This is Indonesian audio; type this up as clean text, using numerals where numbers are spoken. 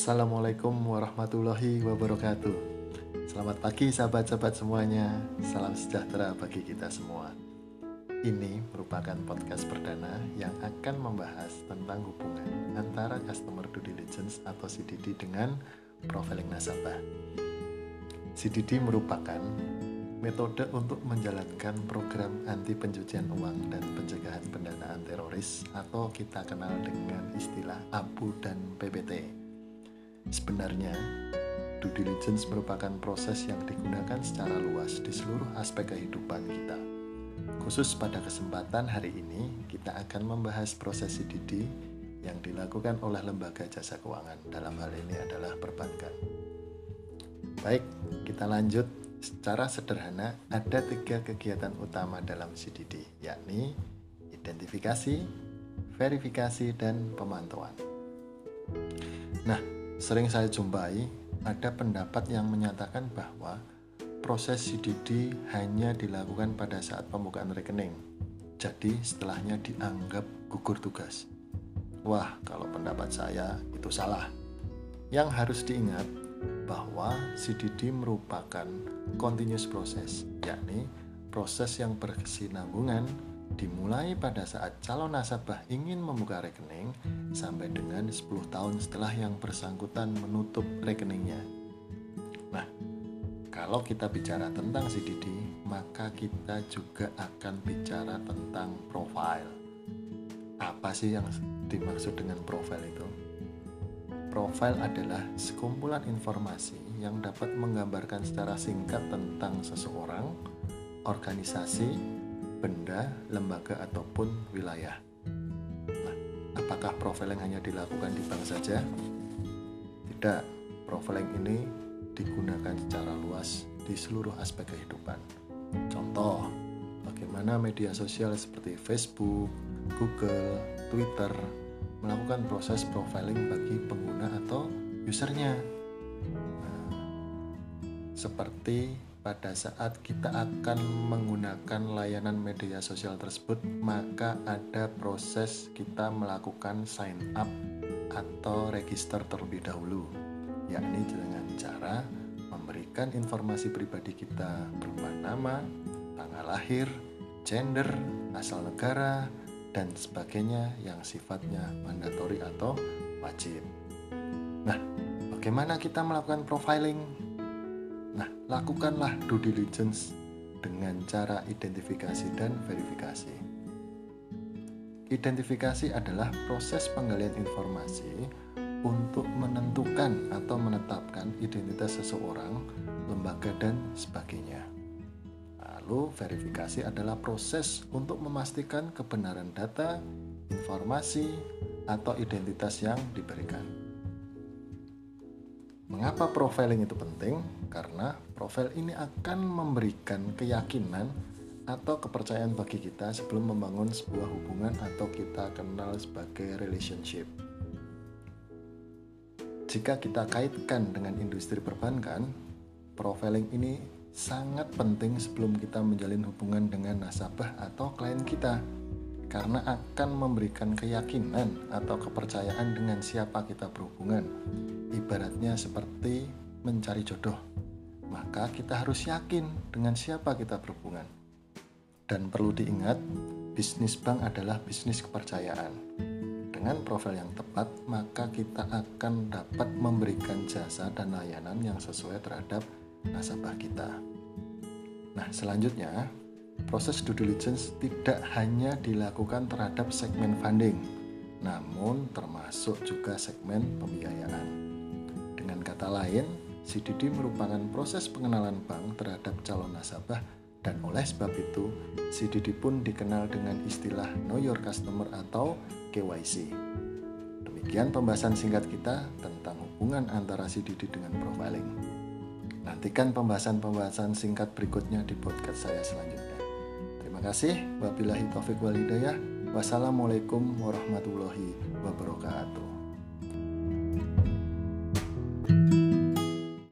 Assalamualaikum warahmatullahi wabarakatuh. Selamat pagi sahabat-sahabat semuanya. Salam sejahtera bagi kita semua. Ini merupakan podcast perdana yang akan membahas tentang hubungan antara Customer Due Diligence atau CDD dengan profiling nasabah. CDD merupakan metode untuk menjalankan program anti pencucian uang dan pencegahan pendanaan teroris atau kita kenal dengan istilah ABU dan PPT. Sebenarnya, due diligence merupakan proses yang digunakan secara luas di seluruh aspek kehidupan kita. Khusus pada kesempatan hari ini, kita akan membahas proses CDD yang dilakukan oleh lembaga jasa keuangan. Dalam hal ini adalah perbankan. Baik, kita lanjut. Secara sederhana, ada 3 kegiatan utama dalam CDD, yakni identifikasi, verifikasi, dan pemantauan. Nah, sering saya jumpai ada pendapat yang menyatakan bahwa proses CDD hanya dilakukan pada saat pembukaan rekening. Jadi setelahnya dianggap gugur tugas. Wah, kalau pendapat saya itu salah. Yang harus diingat bahwa CDD merupakan continuous proses, yakni proses yang berkesinambungan dimulai pada saat calon nasabah ingin membuka rekening sampai dengan 10 tahun setelah yang bersangkutan menutup rekeningnya. Nah, kalau kita bicara tentang CDD, maka kita juga akan bicara tentang profile. Apa sih yang dimaksud dengan profile itu? Profile adalah sekumpulan informasi yang dapat menggambarkan secara singkat tentang seseorang, organisasi, benda, lembaga, ataupun wilayah. Nah, apakah profiling hanya dilakukan di bank saja? Tidak, profiling ini digunakan secara luas di seluruh aspek kehidupan. Contoh, bagaimana media sosial seperti Facebook, Google, Twitter melakukan proses profiling bagi pengguna atau usernya. Nah, seperti pada saat kita akan menggunakan layanan media sosial tersebut, maka ada proses kita melakukan sign up atau register terlebih dahulu, yakni dengan cara memberikan informasi pribadi kita berupa nama, tanggal lahir, gender, asal negara, dan sebagainya yang sifatnya mandatori atau wajib. Nah, bagaimana kita melakukan profiling? Nah, lakukanlah due diligence dengan cara identifikasi dan verifikasi. Identifikasi adalah proses penggalian informasi untuk menentukan atau menetapkan identitas seseorang, lembaga, dan sebagainya. Lalu, verifikasi adalah proses untuk memastikan kebenaran data, informasi, atau identitas yang diberikan. Mengapa profiling itu penting? Karena profil ini akan memberikan keyakinan atau kepercayaan bagi kita sebelum membangun sebuah hubungan atau kita kenal sebagai relationship. Jika kita kaitkan dengan industri perbankan, profiling ini sangat penting sebelum kita menjalin hubungan dengan nasabah atau klien kita, karena akan memberikan keyakinan atau kepercayaan dengan siapa kita berhubungan. Ibaratnya seperti mencari jodoh, maka kita harus yakin dengan siapa kita berhubungan. Dan perlu diingat, bisnis bank adalah bisnis kepercayaan. Dengan profil yang tepat, maka kita akan dapat memberikan jasa dan layanan yang sesuai terhadap nasabah kita. Nah, selanjutnya, proses due diligence tidak hanya dilakukan terhadap segmen funding, namun termasuk juga segmen pembiayaan. Dengan kata lain, CDD merupakan proses pengenalan bank terhadap calon nasabah, dan oleh sebab itu, CDD pun dikenal dengan istilah Know Your Customer atau KYC. Demikian pembahasan singkat kita tentang hubungan antara CDD dengan profiling. Nantikan pembahasan-pembahasan singkat berikutnya di podcast saya selanjutnya. Terima kasih. Wabillahi taufiq wal hidayah. Wassalamualaikum warahmatullahi wabarakatuh.